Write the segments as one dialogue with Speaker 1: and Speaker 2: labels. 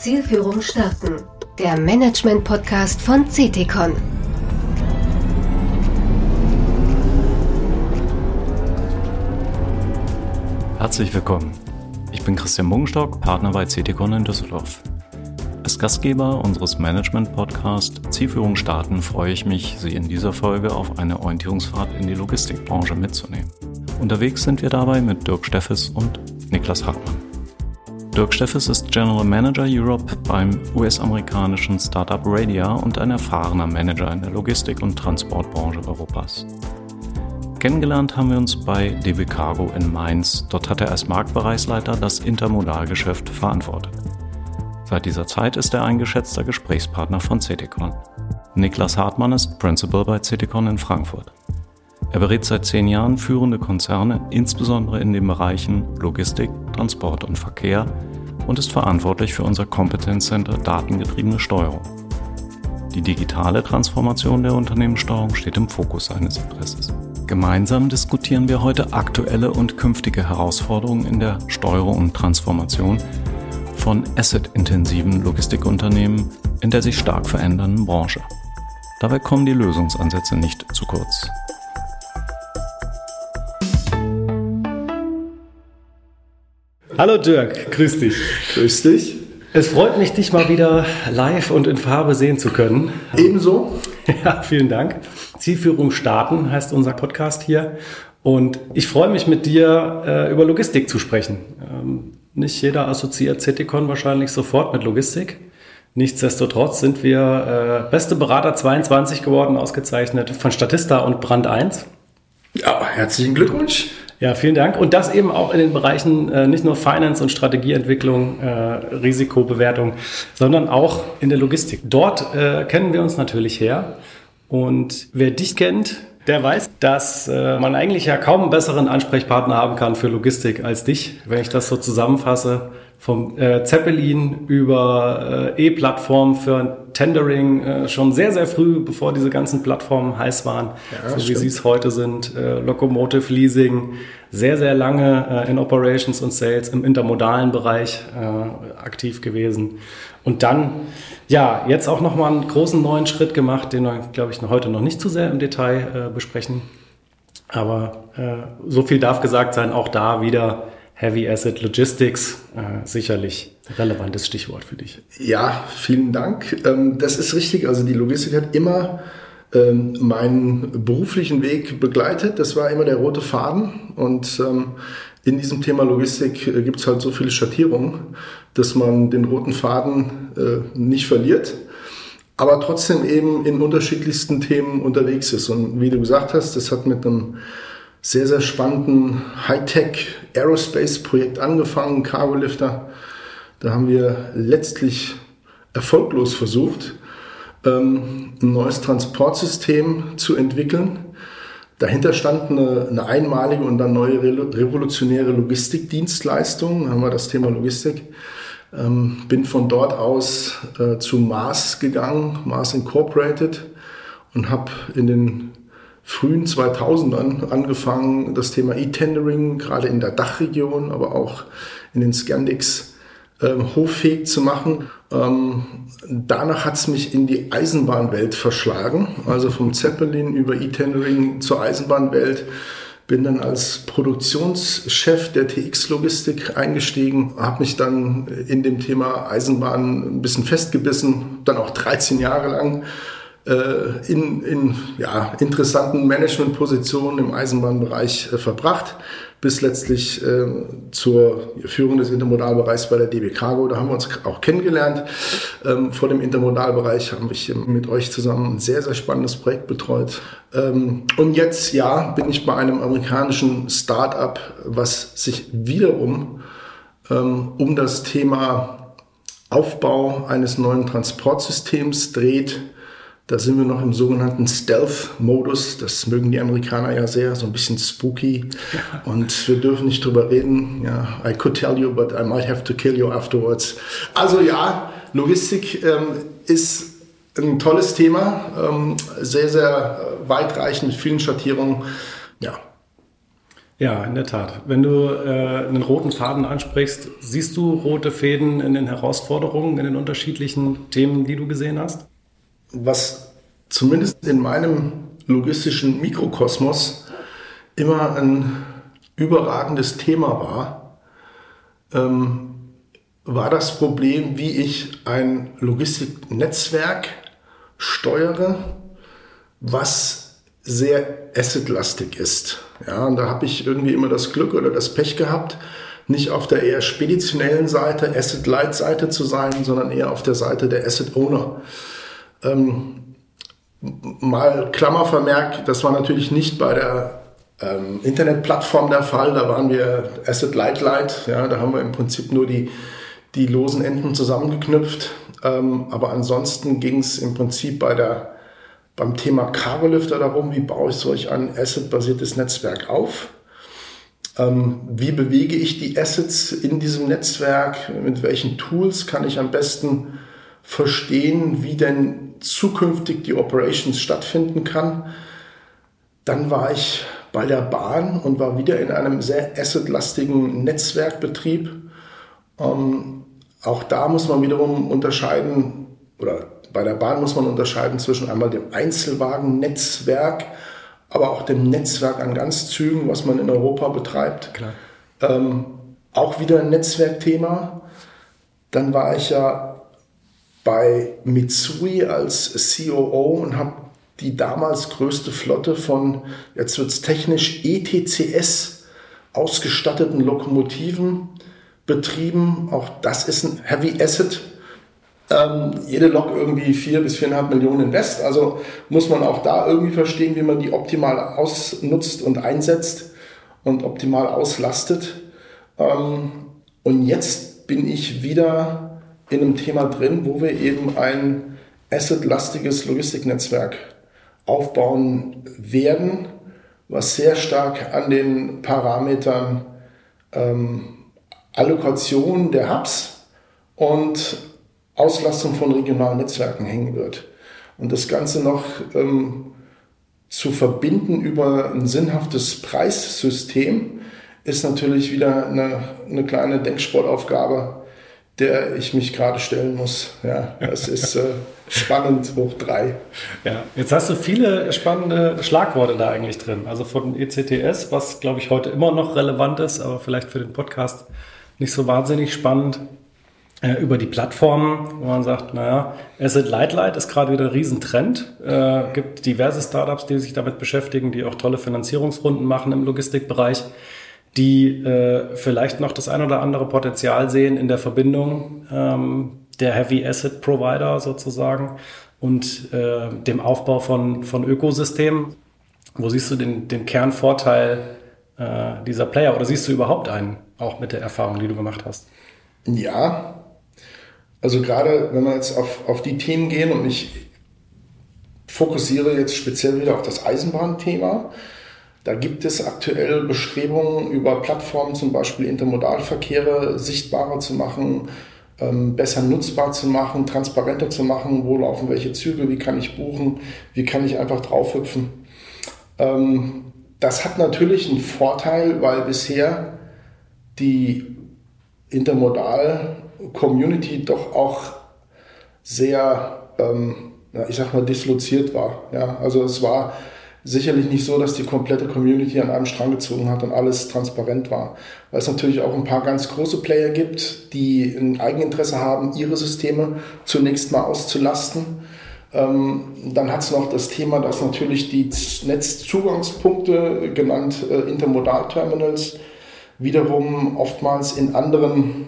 Speaker 1: Zielführung starten. Der Management-Podcast von CT-Con.
Speaker 2: Herzlich willkommen. Ich bin Christian Muggenstock, Partner bei CT-Con in Düsseldorf. Als Gastgeber unseres Management-Podcasts Zielführung starten freue ich mich, Sie in dieser Folge auf eine Orientierungsfahrt in die Logistikbranche mitzunehmen. Unterwegs sind wir dabei mit Dirk Steffes und Niklas Hartmann. Dirk Steffes ist General Manager Europe beim US-amerikanischen Startup Radial und ein erfahrener Manager in der Logistik- und Transportbranche Europas. Kennengelernt haben wir uns bei DB Cargo in Mainz. Dort hat er als Marktbereichsleiter das Intermodalgeschäft verantwortet. Seit dieser Zeit ist er ein geschätzter Gesprächspartner von CT-Con. Niklas Hartmann ist Principal bei CT-Con in Frankfurt. Er berät seit 10 Jahren führende Konzerne, insbesondere in den Bereichen Logistik, Transport und Verkehr und ist verantwortlich für unser Competence Center datengetriebene Steuerung. Die digitale Transformation der Unternehmenssteuerung steht im Fokus seines Interesses. Gemeinsam diskutieren wir heute aktuelle und künftige Herausforderungen in der Steuerung und Transformation von asset-intensiven Logistikunternehmen in der sich stark verändernden Branche. Dabei kommen die Lösungsansätze nicht zu kurz.
Speaker 3: Hallo Dirk, grüß dich.
Speaker 4: Grüß dich.
Speaker 3: Es freut mich, dich mal wieder live und in Farbe sehen zu können.
Speaker 4: Ebenso.
Speaker 3: Ja, vielen Dank. Zielführung starten heißt unser Podcast hier. Und ich freue mich mit dir über Logistik zu sprechen. Nicht jeder assoziiert CT-Con wahrscheinlich sofort mit Logistik. Nichtsdestotrotz sind wir beste Berater 22 geworden, ausgezeichnet von Statista und Brand 1.
Speaker 4: Ja, herzlichen Glückwunsch.
Speaker 3: Ja, vielen Dank. Und das eben auch in den Bereichen nicht nur Finance und Strategieentwicklung, Risikobewertung, sondern auch in der Logistik. Dort kennen wir uns natürlich her. Und wer dich kennt, der weiß, dass man eigentlich ja kaum einen besseren Ansprechpartner haben kann für Logistik als dich, wenn ich das so zusammenfasse. Vom Zeppelin über E-Plattformen für Tendering schon sehr, sehr früh, bevor diese ganzen Plattformen heiß waren, ja, so wie sie es heute sind. Locomotive Leasing, sehr, sehr lange in Operations und Sales im intermodalen Bereich aktiv gewesen. Und dann, ja, jetzt auch nochmal einen großen neuen Schritt gemacht, den wir, glaube ich, heute noch nicht zu sehr im Detail besprechen. Aber so viel darf gesagt sein, auch da wieder Heavy Asset Logistics, sicherlich relevantes Stichwort für dich.
Speaker 4: Ja, vielen Dank. Das ist richtig. Also die Logistik hat immer meinen beruflichen Weg begleitet. Das war immer der rote Faden. Und in diesem Thema Logistik gibt es halt so viele Schattierungen, dass man den roten Faden nicht verliert, aber trotzdem eben in unterschiedlichsten Themen unterwegs ist. Und wie du gesagt hast, das hat mit einem sehr, sehr spannenden Hightech-Aerospace-Projekt angefangen, Cargolifter. Da haben wir letztlich erfolglos versucht, ein neues Transportsystem zu entwickeln. Dahinter stand eine einmalige und dann neue revolutionäre Logistikdienstleistung. Da haben wir das Thema Logistik. Bin von dort aus zu Mars gegangen, Mars Incorporated, und habe in den frühen 2000ern angefangen, das Thema E-Tendering, gerade in der Dachregion, aber auch in den Scandics, hoffähig zu machen. Danach hat es mich in die Eisenbahnwelt verschlagen, also vom Zeppelin über E-Tendering zur Eisenbahnwelt. Bin dann als Produktionschef der TX-Logistik eingestiegen, habe mich dann in dem Thema Eisenbahn ein bisschen festgebissen, dann auch 13 Jahre lang in interessanten Managementpositionen im Eisenbahnbereich verbracht, bis letztlich zur Führung des Intermodalbereichs bei der DB Cargo. Da haben wir uns auch kennengelernt. Vor dem Intermodalbereich habe ich mit euch zusammen ein sehr, sehr spannendes Projekt betreut. Und jetzt, bin ich bei einem amerikanischen Start-up, was sich wiederum um das Thema Aufbau eines neuen Transportsystems dreht. Da sind wir noch im sogenannten Stealth-Modus. Das mögen die Amerikaner ja sehr, so ein bisschen spooky. Und wir dürfen nicht drüber reden. Ja, I could tell you, but I might have to kill you afterwards. Also ja, Logistik ist ein tolles Thema, sehr, sehr weitreichend mit vielen Schattierungen. Ja.
Speaker 3: Ja, in der Tat. Wenn du einen roten Faden ansprichst, siehst du rote Fäden in den Herausforderungen, in den unterschiedlichen Themen, die du gesehen hast?
Speaker 4: Was zumindest in meinem logistischen Mikrokosmos immer ein überragendes Thema war das Problem, wie ich ein Logistiknetzwerk steuere, was sehr assetlastig ist. Ja, und da habe ich irgendwie immer das Glück oder das Pech gehabt, nicht auf der eher speditionellen Seite, Asset-Light-Seite zu sein, sondern eher auf der Seite der Asset-Owner. Mal Klammervermerk, das war natürlich nicht bei der Internetplattform der Fall, da waren wir Asset-Light, ja, da haben wir im Prinzip nur die losen Enden zusammengeknüpft, aber ansonsten ging es im Prinzip beim Thema Cargolifter darum, wie baue ich solch ein Asset-basiertes Netzwerk auf, wie bewege ich die Assets in diesem Netzwerk, mit welchen Tools kann ich am besten verstehen, wie denn zukünftig die Operations stattfinden kann. Dann war ich bei der Bahn und war wieder in einem sehr assetlastigen Netzwerkbetrieb. Auch da muss man wiederum unterscheiden, oder bei der Bahn muss man unterscheiden zwischen einmal dem Einzelwagennetzwerk, aber auch dem Netzwerk an Ganzzügen, was man in Europa betreibt.
Speaker 3: Klar.
Speaker 4: Auch wieder ein Netzwerkthema. Dann war ich ja bei Mitsui als COO und habe die damals größte Flotte von, jetzt wird es technisch, ETCS ausgestatteten Lokomotiven betrieben. Auch das ist ein Heavy Asset. Jede Lok irgendwie 4 bis 4,5 Millionen Invest. Also muss man auch da irgendwie verstehen, wie man die optimal ausnutzt und einsetzt und optimal auslastet. Und jetzt bin ich wieder in einem Thema drin, wo wir eben ein assetlastiges Logistiknetzwerk aufbauen werden, was sehr stark an den Parametern Allokation der Hubs und Auslastung von regionalen Netzwerken hängen wird. Und das Ganze noch zu verbinden über ein sinnhaftes Preissystem ist natürlich wieder eine kleine Denksportaufgabe, der ich mich gerade stellen muss. Ja, das ist spannend hoch 3.
Speaker 3: Ja, jetzt hast du viele spannende Schlagworte da eigentlich drin. Also von ECTS, was glaube ich heute immer noch relevant ist, aber vielleicht für den Podcast nicht so wahnsinnig spannend. Über die Plattformen, wo man sagt, naja, Asset-Light ist gerade wieder ein Riesentrend. Gibt diverse Startups, die sich damit beschäftigen, die auch tolle Finanzierungsrunden machen im Logistikbereich, die vielleicht noch das ein oder andere Potenzial sehen in der Verbindung der Heavy Asset Provider sozusagen und dem Aufbau von Ökosystemen. Wo siehst du den Kernvorteil dieser Player oder siehst du überhaupt einen, auch mit der Erfahrung, die du gemacht hast?
Speaker 4: Ja, also gerade wenn wir jetzt auf die Themen gehen und ich fokussiere jetzt speziell wieder auf das Eisenbahnthema, da gibt es aktuell Bestrebungen über Plattformen, zum Beispiel Intermodalverkehre sichtbarer zu machen, besser nutzbar zu machen, transparenter zu machen, wo laufen welche Züge, wie kann ich buchen, wie kann ich einfach draufhüpfen. Das hat natürlich einen Vorteil, weil bisher die Intermodal-Community doch auch sehr, ich sag mal, disloziert war. Ja, also es war sicherlich nicht so, dass die komplette Community an einem Strang gezogen hat und alles transparent war. Weil es natürlich auch ein paar ganz große Player gibt, die ein Eigeninteresse haben, ihre Systeme zunächst mal auszulasten. Dann hat es noch das Thema, dass natürlich die Netzzugangspunkte, genannt Intermodal-Terminals, wiederum oftmals in anderen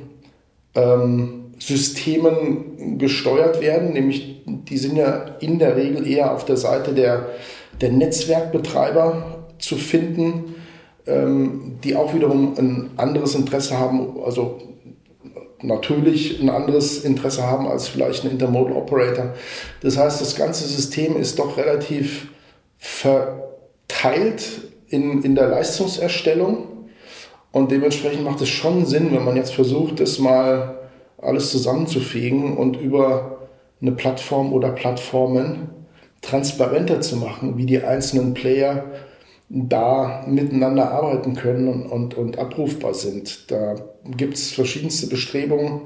Speaker 4: Systemen gesteuert werden, nämlich die sind ja in der Regel eher auf der Seite der Netzwerkbetreiber zu finden, die auch wiederum ein anderes Interesse haben, also natürlich ein anderes Interesse haben als vielleicht ein Intermodal Operator. Das heißt, das ganze System ist doch relativ verteilt in der Leistungserstellung. Und dementsprechend macht es schon Sinn, wenn man jetzt versucht, das mal alles zusammenzufegen und über eine Plattform oder Plattformen transparenter zu machen, wie die einzelnen Player da miteinander arbeiten können und abrufbar sind. Da gibt es verschiedenste Bestrebungen.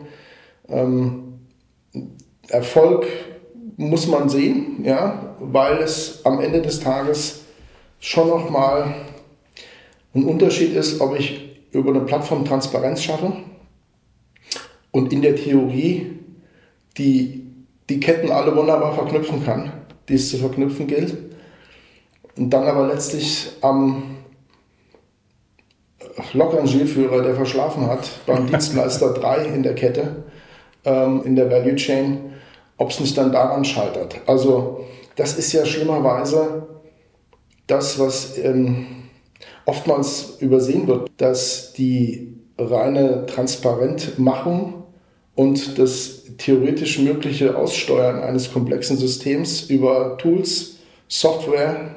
Speaker 4: Erfolg muss man sehen, ja, weil es am Ende des Tages schon nochmal ein Unterschied ist, ob ich über eine Plattform Transparenz schaffe und in der Theorie die Ketten alle wunderbar verknüpfen kann, die es zu verknüpfen gilt, und dann aber letztlich am Lokrangierführer, der verschlafen hat, beim Dienstleister 3 in der Kette, in der Value Chain, ob es nicht dann daran scheitert. Also das ist ja schlimmerweise das, was oftmals übersehen wird, dass die reine Transparentmachung und das theoretisch mögliche Aussteuern eines komplexen Systems über Tools, Software,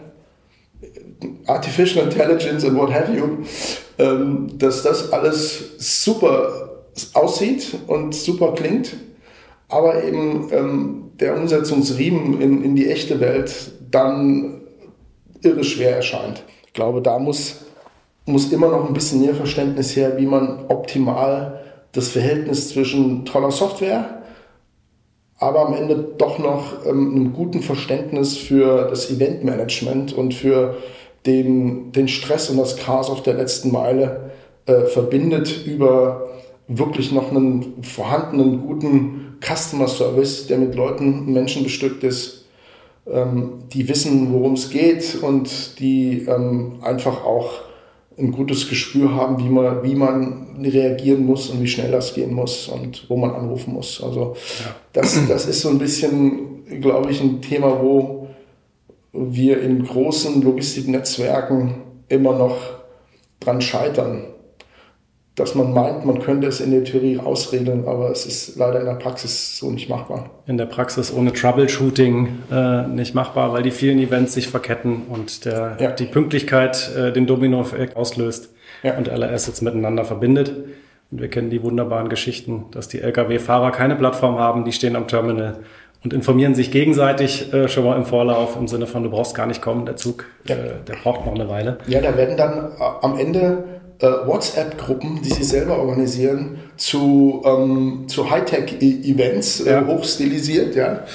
Speaker 4: Artificial Intelligence und what have you, dass das alles super aussieht und super klingt, aber eben der Umsetzungsriemen in die echte Welt dann irre schwer erscheint. Ich glaube, da muss immer noch ein bisschen mehr Verständnis her, wie man optimal das Verhältnis zwischen toller Software, aber am Ende doch noch einem guten Verständnis für das Eventmanagement und für den Stress und das Chaos auf der letzten Meile verbindet über wirklich noch einen vorhandenen guten Customer Service, der mit Menschen bestückt ist, die wissen, worum es geht und die einfach auch ein gutes Gespür haben, wie man reagieren muss und wie schnell das gehen muss und wo man anrufen muss. Also das ist so ein bisschen, glaube ich, ein Thema, wo wir in großen Logistiknetzwerken immer noch dran scheitern, dass man meint, man könnte es in der Theorie ausregeln, aber es ist leider in der Praxis so nicht machbar.
Speaker 3: In der Praxis ohne Troubleshooting nicht machbar, weil die vielen Events sich verketten und die Pünktlichkeit den Domino-Effekt auslöst und alle Assets miteinander verbindet. Und wir kennen die wunderbaren Geschichten, dass die Lkw-Fahrer keine Plattform haben, die stehen am Terminal und informieren sich gegenseitig schon mal im Vorlauf, im Sinne von, du brauchst gar nicht kommen, der Zug, der braucht noch eine Weile.
Speaker 4: Ja, da werden dann am Ende WhatsApp-Gruppen, die sie selber organisieren, zu Hightech-Events hochstilisiert. Ja.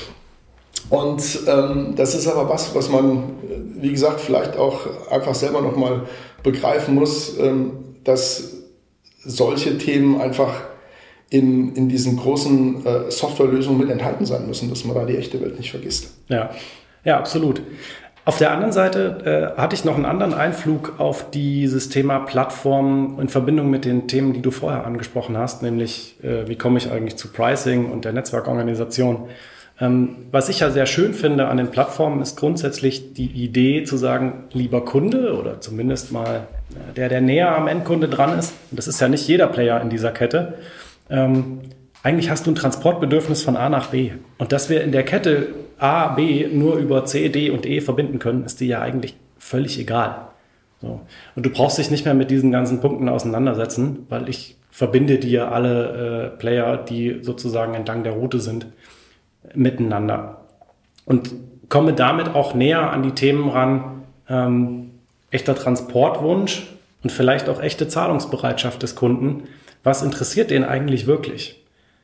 Speaker 4: Und das ist aber was man, wie gesagt, vielleicht auch einfach selber nochmal begreifen muss, dass solche Themen einfach in diesen großen Softwarelösungen mit enthalten sein müssen, dass man da die echte Welt nicht vergisst.
Speaker 3: Ja, absolut. Auf der anderen Seite hatte ich noch einen anderen Einflug auf dieses Thema Plattform in Verbindung mit den Themen, die du vorher angesprochen hast, nämlich wie komme ich eigentlich zu Pricing und der Netzwerkorganisation. Was ich ja sehr schön finde an den Plattformen ist grundsätzlich die Idee zu sagen, lieber Kunde oder zumindest mal der näher am Endkunde dran ist, und das ist ja nicht jeder Player in dieser Kette, eigentlich hast du ein Transportbedürfnis von A nach B. Und dass wir in der Kette A, B nur über C, D und E verbinden können, ist dir ja eigentlich völlig egal. So. Und du brauchst dich nicht mehr mit diesen ganzen Punkten auseinandersetzen, weil ich verbinde dir alle Player, die sozusagen entlang der Route sind, miteinander. Und komme damit auch näher an die Themen ran, echter Transportwunsch und vielleicht auch echte Zahlungsbereitschaft des Kunden. Was interessiert den eigentlich wirklich?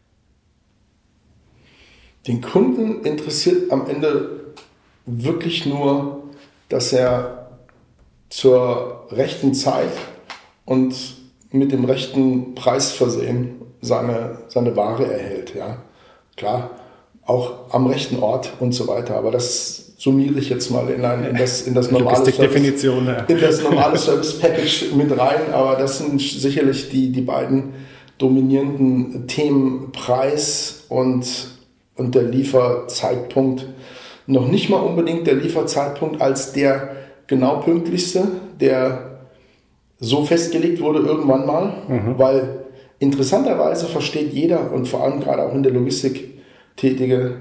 Speaker 4: Den Kunden interessiert am Ende wirklich nur, dass er zur rechten Zeit und mit dem rechten Preis versehen seine Ware erhält. Ja. Klar, auch am rechten Ort und so weiter. Aber das summiere ich jetzt mal in das normale Service Package mit rein. Aber das sind sicherlich die beiden dominierenden Themen: Preis und der Lieferzeitpunkt. Noch nicht mal unbedingt der Lieferzeitpunkt als der genau pünktlichste, der so festgelegt wurde irgendwann mal, weil interessanterweise versteht jeder und vor allem gerade auch in der Logistik Tätige,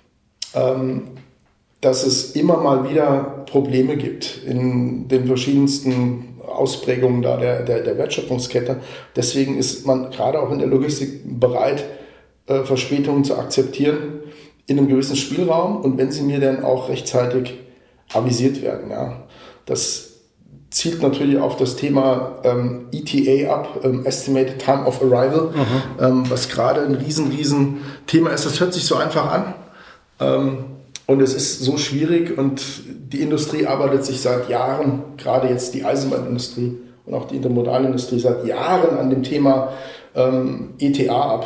Speaker 4: dass es immer mal wieder Probleme gibt in den verschiedensten Ausprägungen der Wertschöpfungskette. Deswegen ist man gerade auch in der Logistik bereit, Verspätungen zu akzeptieren in einem gewissen Spielraum und wenn sie mir dann auch rechtzeitig avisiert werden. Ja. Das zielt natürlich auf das Thema ETA ab, Estimated Time of Arrival, was gerade ein riesen Thema ist. Das hört sich so einfach an und es ist so schwierig und die Industrie arbeitet sich seit Jahren, gerade jetzt die Eisenbahnindustrie und auch die Intermodalindustrie seit Jahren an dem Thema ETA ab.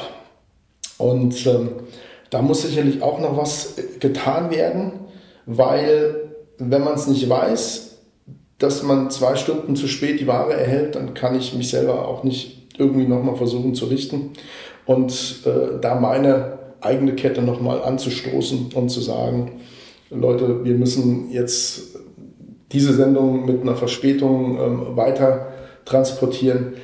Speaker 4: Und da muss sicherlich auch noch was getan werden, weil wenn man es nicht weiß, dass man 2 Stunden zu spät die Ware erhält, dann kann ich mich selber auch nicht irgendwie nochmal versuchen zu richten und da meine eigene Kette nochmal anzustoßen und zu sagen, Leute, wir müssen jetzt diese Sendung mit einer Verspätung weiter transportieren.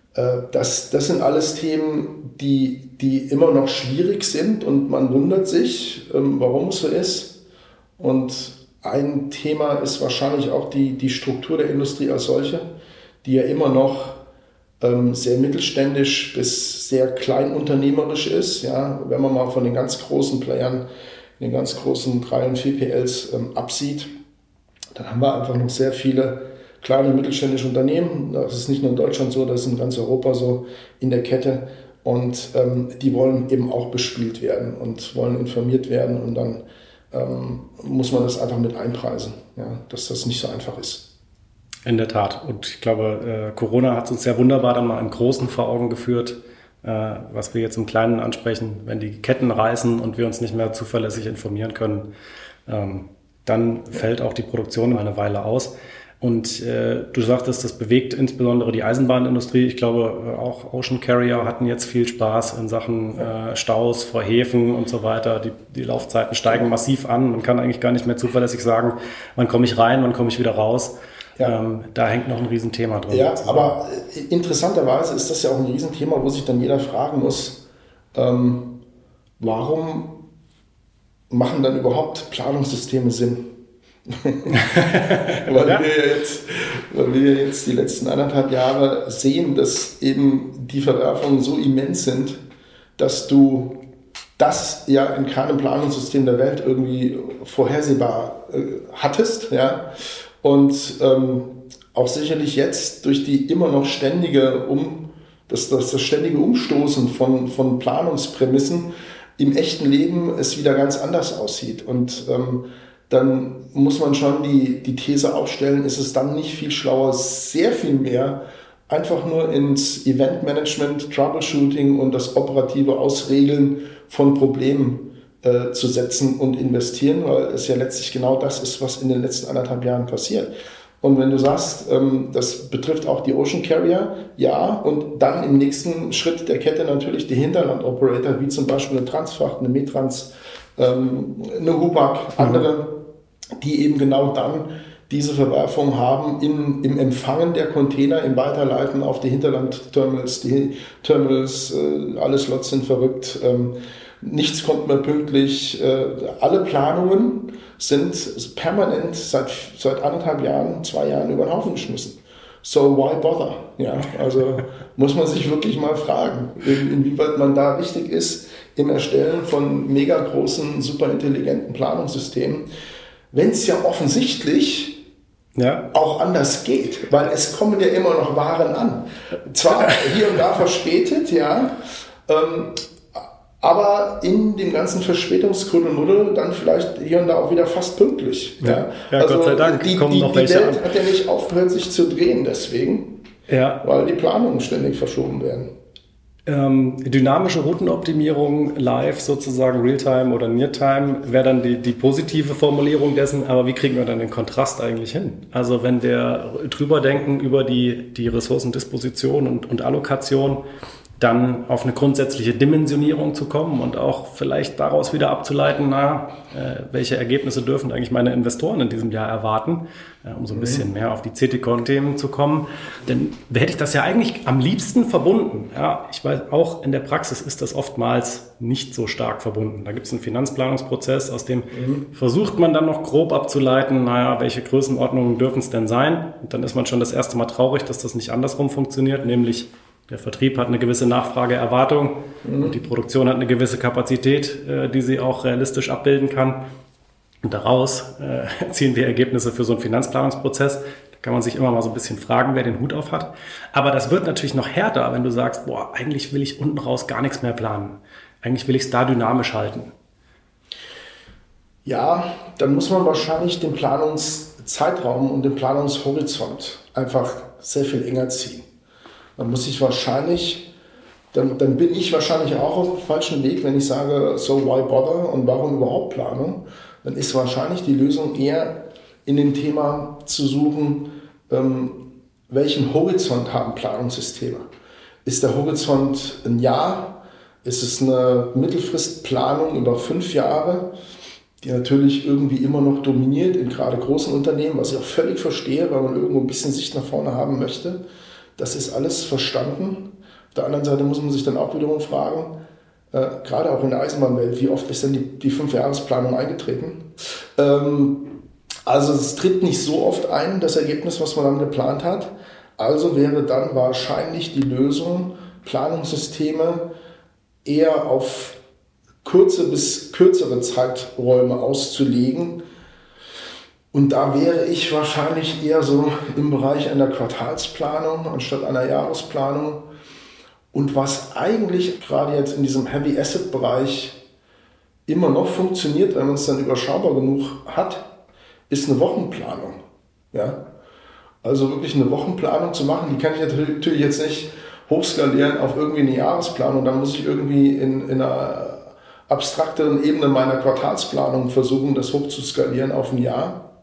Speaker 4: Das sind alles Themen, die immer noch schwierig sind und man wundert sich, warum es so ist. Und ein Thema ist wahrscheinlich auch die Struktur der Industrie als solche, die ja immer noch sehr mittelständisch bis sehr kleinunternehmerisch ist. Ja, wenn man mal von den ganz großen Playern, den ganz großen 3 und 4PLs absieht, dann haben wir einfach noch sehr viele kleine und mittelständische Unternehmen. Das ist nicht nur in Deutschland so, das ist in ganz Europa so in der Kette. Und die wollen eben auch bespielt werden und wollen informiert werden und dann muss man das einfach mit einpreisen, ja, dass das nicht so einfach ist.
Speaker 3: In der Tat. Und ich glaube, Corona hat uns sehr wunderbar dann mal im Großen vor Augen geführt, was wir jetzt im Kleinen ansprechen. Wenn die Ketten reißen und wir uns nicht mehr zuverlässig informieren können, dann fällt auch die Produktion eine Weile aus. Und du sagtest, das bewegt insbesondere die Eisenbahnindustrie. Ich glaube, auch Ocean Carrier hatten jetzt viel Spaß in Sachen Staus vor Häfen und so weiter. Die Laufzeiten steigen massiv an. Man kann eigentlich gar nicht mehr zuverlässig sagen, wann komme ich rein, wann komme ich wieder raus. Ja. Da hängt noch ein Riesenthema drin.
Speaker 4: Ja, aber interessanterweise ist das ja auch ein Riesenthema, wo sich dann jeder fragen muss, warum machen dann überhaupt Planungssysteme Sinn? weil wir jetzt die letzten 1,5 Jahre sehen, dass eben die Verwerfungen so immens sind, dass du das ja in keinem Planungssystem der Welt irgendwie vorhersehbar hattest, ja, und auch sicherlich jetzt durch die immer noch ständige das ständige Umstoßen von Planungsprämissen im echten Leben es wieder ganz anders aussieht und dann muss man schon die These aufstellen, ist es dann nicht viel schlauer, sehr viel mehr einfach nur ins Eventmanagement, Troubleshooting und das operative Ausregeln von Problemen zu setzen und investieren, weil es ja letztlich genau das ist, was in den letzten 1,5 Jahren passiert. Und wenn du sagst, das betrifft auch die Ocean Carrier, ja, und dann im nächsten Schritt der Kette natürlich die Hinterland-Operator, wie zum Beispiel eine Transfracht, eine Metrans, eine Hupac, andere, die eben genau dann diese Verwerfung haben im Empfangen der Container, im Weiterleiten auf die Hinterland-Terminals. Die Terminals, alle Slots sind verrückt, nichts kommt mehr pünktlich. Alle Planungen sind permanent seit 1,5 Jahren, 2 Jahren über den Haufen geschmissen. So why bother? Ja, also muss man sich wirklich mal fragen, inwieweit man da richtig ist im Erstellen von mega großen, super intelligenten Planungssystemen, wenn es ja offensichtlich auch anders geht, weil es kommen ja immer noch Waren an. Zwar hier und da verspätet, ja, aber in dem ganzen Verspätungskuddelmuddel dann vielleicht hier und da auch wieder fast pünktlich.
Speaker 3: Ja, also Gott sei Dank kommen noch welche an.
Speaker 4: Die Welt hat ja nicht aufgehört, sich zu drehen deswegen, weil die Planungen ständig verschoben werden.
Speaker 3: Dynamische Routenoptimierung, live sozusagen, Realtime oder Neartime, wäre dann die positive Formulierung dessen, aber wie kriegen wir dann den Kontrast eigentlich hin? Also wenn wir drüber denken über die Ressourcendisposition und Allokation, dann auf eine grundsätzliche Dimensionierung zu kommen und auch vielleicht daraus wieder abzuleiten, welche Ergebnisse dürfen eigentlich meine Investoren in diesem Jahr erwarten, um so ein bisschen mehr auf die CTCon-Themen zu kommen. Denn hätte ich das ja eigentlich am liebsten verbunden. Ja, ich weiß, auch in der Praxis ist das oftmals nicht so stark verbunden. Da gibt es einen Finanzplanungsprozess, aus dem versucht man dann noch grob abzuleiten, welche Größenordnungen dürfen es denn sein? Und dann ist man schon das erste Mal traurig, dass das nicht andersrum funktioniert, nämlich der Vertrieb hat eine gewisse Nachfrageerwartung und die Produktion hat eine gewisse Kapazität, die sie auch realistisch abbilden kann. Und daraus ziehen wir Ergebnisse für so einen Finanzplanungsprozess. kann man sich immer mal so ein bisschen fragen, wer den Hut auf hat. Aber das wird natürlich noch härter, wenn du sagst, boah, eigentlich will ich unten raus gar nichts mehr planen. Eigentlich will ich es da dynamisch halten.
Speaker 4: Ja, dann muss man wahrscheinlich den Planungszeitraum und den Planungshorizont einfach sehr viel enger ziehen. Dann muss ich wahrscheinlich, dann bin ich wahrscheinlich auch auf dem falschen Weg, wenn ich sage, so why bother und warum überhaupt Planung? Dann ist wahrscheinlich die Lösung eher in dem Thema zu suchen, welchen Horizont haben Planungssysteme? Ist der Horizont ein Jahr? Ist es eine Mittelfristplanung über 5 Jahre, die natürlich irgendwie immer noch dominiert in gerade großen Unternehmen, was ich auch völlig verstehe, weil man irgendwo ein bisschen Sicht nach vorne haben möchte. Das ist alles verstanden. Auf der anderen Seite muss man sich dann auch wiederum fragen, gerade auch in der Eisenbahnwelt, wie oft ist denn die 5-Jahresplanung eingetreten? Also es tritt nicht so oft ein, das Ergebnis, was man dann geplant hat. Also wäre dann wahrscheinlich die Lösung, Planungssysteme eher auf kurze bis kürzere Zeiträume auszulegen. Und da wäre ich wahrscheinlich eher so im Bereich einer Quartalsplanung anstatt einer Jahresplanung. Und was eigentlich gerade jetzt in diesem Heavy Asset Bereich immer noch funktioniert, wenn man es dann überschaubar genug hat, ist eine Wochenplanung. Ja? Also wirklich eine Wochenplanung zu machen, die kann ich natürlich jetzt nicht hochskalieren auf irgendwie eine Jahresplanung. Dann muss ich irgendwie in einer abstrakteren Ebene meiner Quartalsplanung versuchen, das hochzuskalieren auf ein Jahr.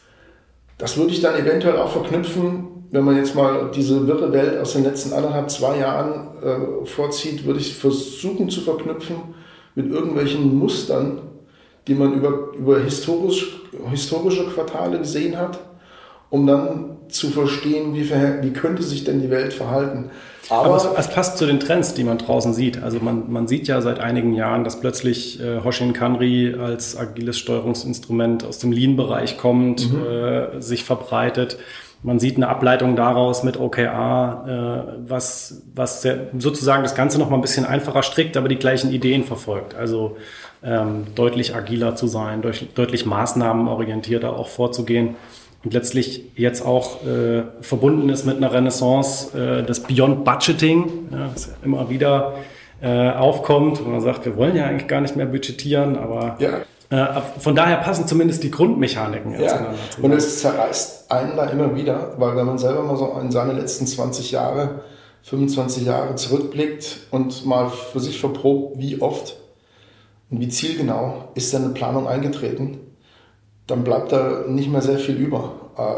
Speaker 4: Das würde ich dann eventuell auch verknüpfen, wenn man jetzt mal diese wirre Welt aus den letzten 1,5-2 Jahren vorzieht, würde ich versuchen zu verknüpfen mit irgendwelchen Mustern, die man über historische Quartale gesehen hat, um dann zu verstehen, wie könnte sich denn die Welt verhalten.
Speaker 3: Aber es passt zu den Trends, die man draußen sieht. Also man sieht ja seit einigen Jahren, dass plötzlich Hoshin Kanri als agiles Steuerungsinstrument aus dem Lean-Bereich kommt, sich verbreitet. Man sieht eine Ableitung daraus mit OKR, was sozusagen das Ganze noch mal ein bisschen einfacher strickt, aber die gleichen Ideen verfolgt. Also deutlich agiler zu sein, deutlich maßnahmenorientierter auch vorzugehen. Und letztlich jetzt auch verbunden ist mit einer Renaissance des Beyond Budgeting, das ja immer wieder aufkommt. Und man sagt, wir wollen ja eigentlich gar nicht mehr budgetieren, aber von daher passen zumindest die Grundmechaniken jetzt zusammen.
Speaker 4: Und es zerreißt einen da immer wieder, weil wenn man selber mal so in seine letzten 20 Jahre, 25 Jahre zurückblickt und mal für sich verprobt, wie oft und wie zielgenau ist denn eine Planung eingetreten, dann bleibt da nicht mehr sehr viel über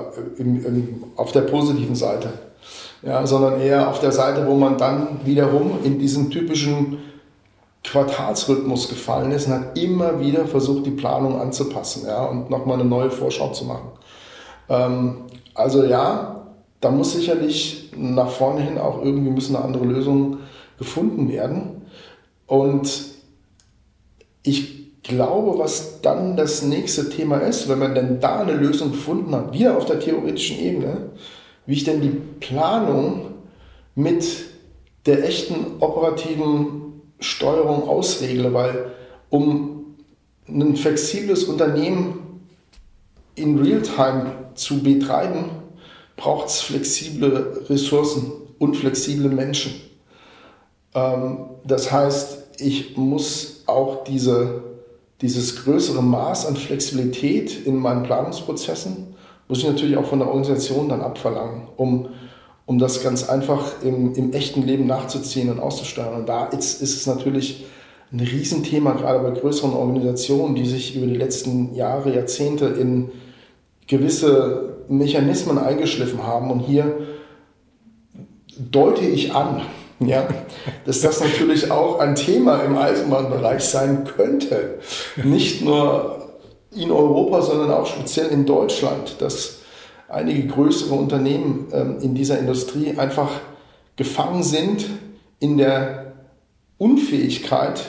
Speaker 4: auf der positiven Seite, sondern eher auf der Seite, wo man dann wiederum in diesen typischen Quartalsrhythmus gefallen ist und hat immer wieder versucht, die Planung anzupassen und nochmal eine neue Vorschau zu machen. Da muss sicherlich nach vorne hin auch irgendwie müssen eine andere Lösungen gefunden werden. Und ich glaube, was dann das nächste Thema ist, wenn man denn da eine Lösung gefunden hat, wieder auf der theoretischen Ebene, wie ich denn die Planung mit der echten operativen Steuerung ausregle, weil um ein flexibles Unternehmen in Realtime zu betreiben, braucht es flexible Ressourcen und flexible Menschen. Das heißt, ich muss auch dieses größere Maß an Flexibilität in meinen Planungsprozessen, muss ich natürlich auch von der Organisation dann abverlangen, um das ganz einfach im echten Leben nachzuziehen und auszusteuern. Und da ist es natürlich ein Riesenthema, gerade bei größeren Organisationen, die sich über die letzten Jahre, Jahrzehnte in gewisse Mechanismen eingeschliffen haben. Und hier deute ich an, dass das natürlich auch ein Thema im Eisenbahnbereich sein könnte. Nicht nur in Europa, sondern auch speziell in Deutschland, dass einige größere Unternehmen in dieser Industrie einfach gefangen sind in der Unfähigkeit,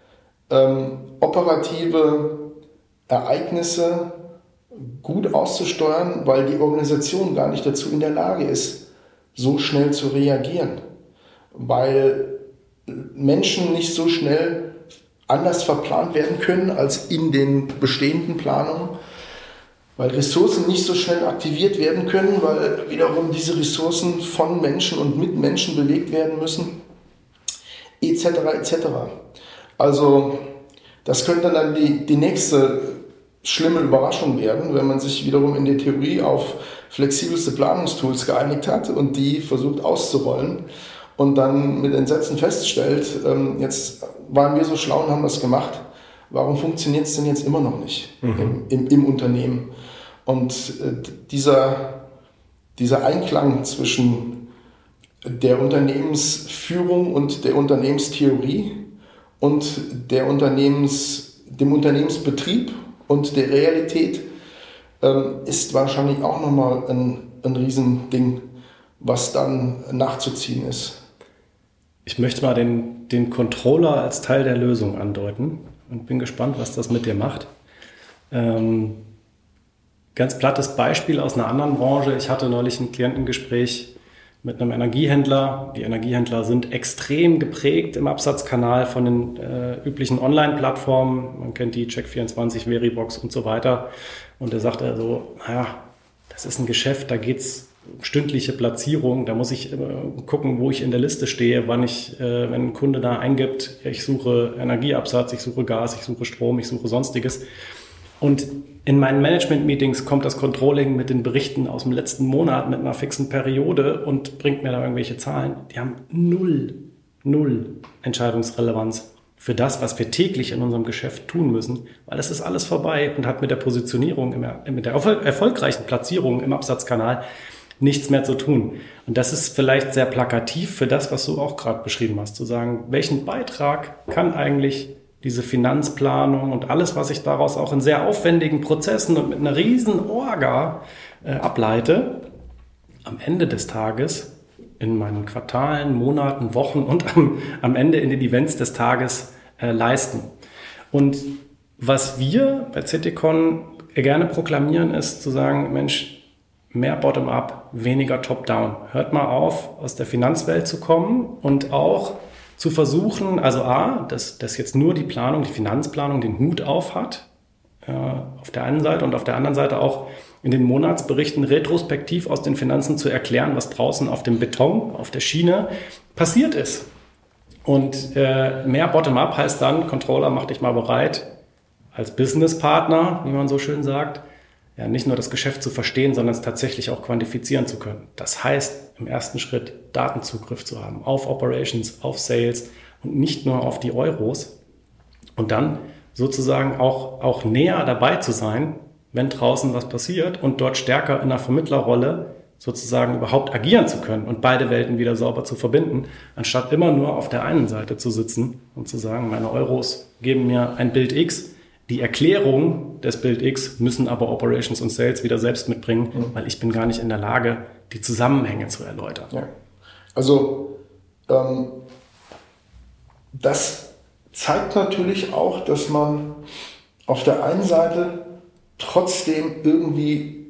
Speaker 4: operative Ereignisse gut auszusteuern, weil die Organisation gar nicht dazu in der Lage ist, so schnell zu reagieren. Weil Menschen nicht so schnell anders verplant werden können als in den bestehenden Planungen. weil Ressourcen nicht so schnell aktiviert werden können, weil wiederum diese Ressourcen von Menschen und mit Menschen bewegt werden müssen, etc. etc. Also das könnte dann die nächste schlimme Überraschung werden, wenn man sich wiederum in der Theorie auf flexibelste Planungstools geeinigt hat und die versucht auszurollen und dann mit Entsetzen feststellt, jetzt waren wir so schlau und haben das gemacht, warum funktioniert es denn jetzt immer noch nicht im Unternehmen? Und dieser Einklang zwischen der Unternehmensführung und der Unternehmenstheorie und dem Unternehmensbetrieb und der Realität ist wahrscheinlich auch nochmal ein Riesending, was dann nachzuziehen ist.
Speaker 3: Ich möchte mal den Controller als Teil der Lösung andeuten und bin gespannt, was das mit dir macht. Ganz plattes Beispiel aus einer anderen Branche. Ich hatte neulich ein Klientengespräch mit einem Energiehändler. Die Energiehändler sind extrem geprägt im Absatzkanal von den üblichen Online-Plattformen. Man kennt die Check24, Veribox und so weiter. Und er sagte so, naja, das ist ein Geschäft, da geht es um stündliche Platzierung. Da muss ich gucken, wo ich in der Liste stehe, wann wenn ein Kunde da eingibt, ich suche Energieabsatz, ich suche Gas, ich suche Strom, ich suche Sonstiges. Und in meinen Management-Meetings kommt das Controlling mit den Berichten aus dem letzten Monat mit einer fixen Periode und bringt mir da irgendwelche Zahlen. Die haben null Entscheidungsrelevanz für das, was wir täglich in unserem Geschäft tun müssen, weil es ist alles vorbei und hat mit der Positionierung, mit der erfolgreichen Platzierung im Absatzkanal nichts mehr zu tun. Und das ist vielleicht sehr plakativ für das, was du auch gerade beschrieben hast, zu sagen, welchen Beitrag kann eigentlich diese Finanzplanung und alles, was ich daraus auch in sehr aufwendigen Prozessen und mit einer riesen Orga ableite, am Ende des Tages in meinen Quartalen, Monaten, Wochen und am Ende in den Events des Tages leisten. Und was wir bei CTCon gerne proklamieren, ist zu sagen, Mensch, mehr Bottom-up, weniger Top-down. Hört mal auf, aus der Finanzwelt zu kommen und auch zu versuchen, also dass jetzt nur die Finanzplanung den Hut auf hat, auf der einen Seite und auf der anderen Seite auch in den Monatsberichten retrospektiv aus den Finanzen zu erklären, was draußen auf dem Beton, auf der Schiene passiert ist. Und mehr Bottom-up heißt dann, Controller, mach dich mal bereit, als Businesspartner, wie man so schön sagt, ja, nicht nur das Geschäft zu verstehen, sondern es tatsächlich auch quantifizieren zu können. Das heißt, im ersten Schritt Datenzugriff zu haben auf Operations, auf Sales und nicht nur auf die Euros. Und dann sozusagen auch näher dabei zu sein, wenn draußen was passiert und dort stärker in einer Vermittlerrolle sozusagen überhaupt agieren zu können und beide Welten wieder sauber zu verbinden, anstatt immer nur auf der einen Seite zu sitzen und zu sagen, meine Euros geben mir ein Bild X. Die Erklärung des Bild X müssen aber Operations und Sales wieder selbst mitbringen, weil ich bin gar nicht in der Lage, die Zusammenhänge zu erläutern.
Speaker 4: Ja. Also das zeigt natürlich auch, dass man auf der einen Seite trotzdem irgendwie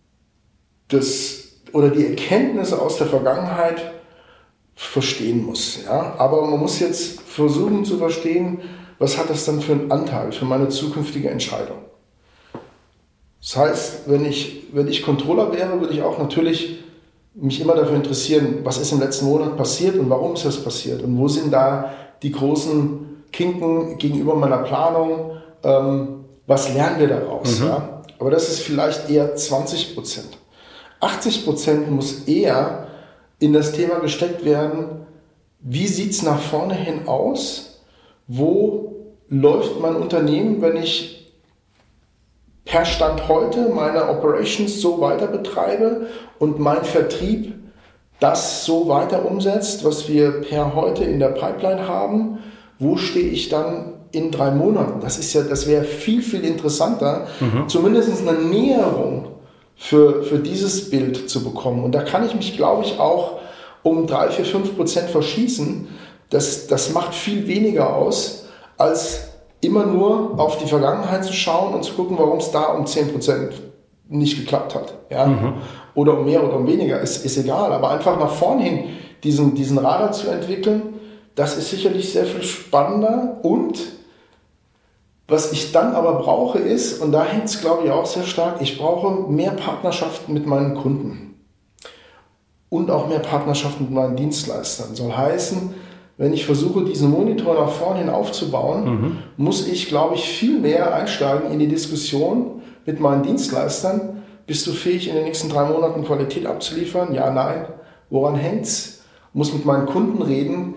Speaker 4: die Erkenntnisse aus der Vergangenheit verstehen muss. Ja? Aber man muss jetzt versuchen zu verstehen, was hat das dann für einen Anteil für meine zukünftige Entscheidung? Das heißt, wenn ich Controller wäre, würde ich auch natürlich mich immer dafür interessieren, was ist im letzten Monat passiert und warum ist das passiert und wo sind da die großen Kinken gegenüber meiner Planung, was lernen wir daraus? Ja? Aber das ist vielleicht eher 20%. 80% muss eher in das Thema gesteckt werden, wie sieht es nach vorne hin aus? Wo läuft mein Unternehmen, wenn ich per Stand heute meine Operations so weiter betreibe und mein Vertrieb das so weiter umsetzt, was wir per heute in der Pipeline haben? Wo stehe ich dann in 3 Monaten? Das wäre viel, viel interessanter, zumindest eine Näherung für dieses Bild zu bekommen. Und da kann ich mich, glaube ich, auch um 3-4-5% verschießen. Das macht viel weniger aus, als immer nur auf die Vergangenheit zu schauen und zu gucken, warum es da um 10% nicht geklappt hat. Ja? Oder um mehr oder um weniger, ist egal. Aber einfach nach vorn hin diesen Radar zu entwickeln, das ist sicherlich sehr viel spannender und Was ich dann aber brauche ist, und da hängt es glaube ich auch sehr stark, ich brauche mehr Partnerschaften mit meinen Kunden und auch mehr Partnerschaften mit meinen Dienstleistern. Soll heißen, wenn ich versuche, diesen Monitor nach vorne hin aufzubauen, muss ich, glaube ich, viel mehr einsteigen in die Diskussion mit meinen Dienstleistern. Bist du fähig, in den nächsten 3 Monaten Qualität abzuliefern? Ja, nein. Woran hängt's? Muss mit meinen Kunden reden.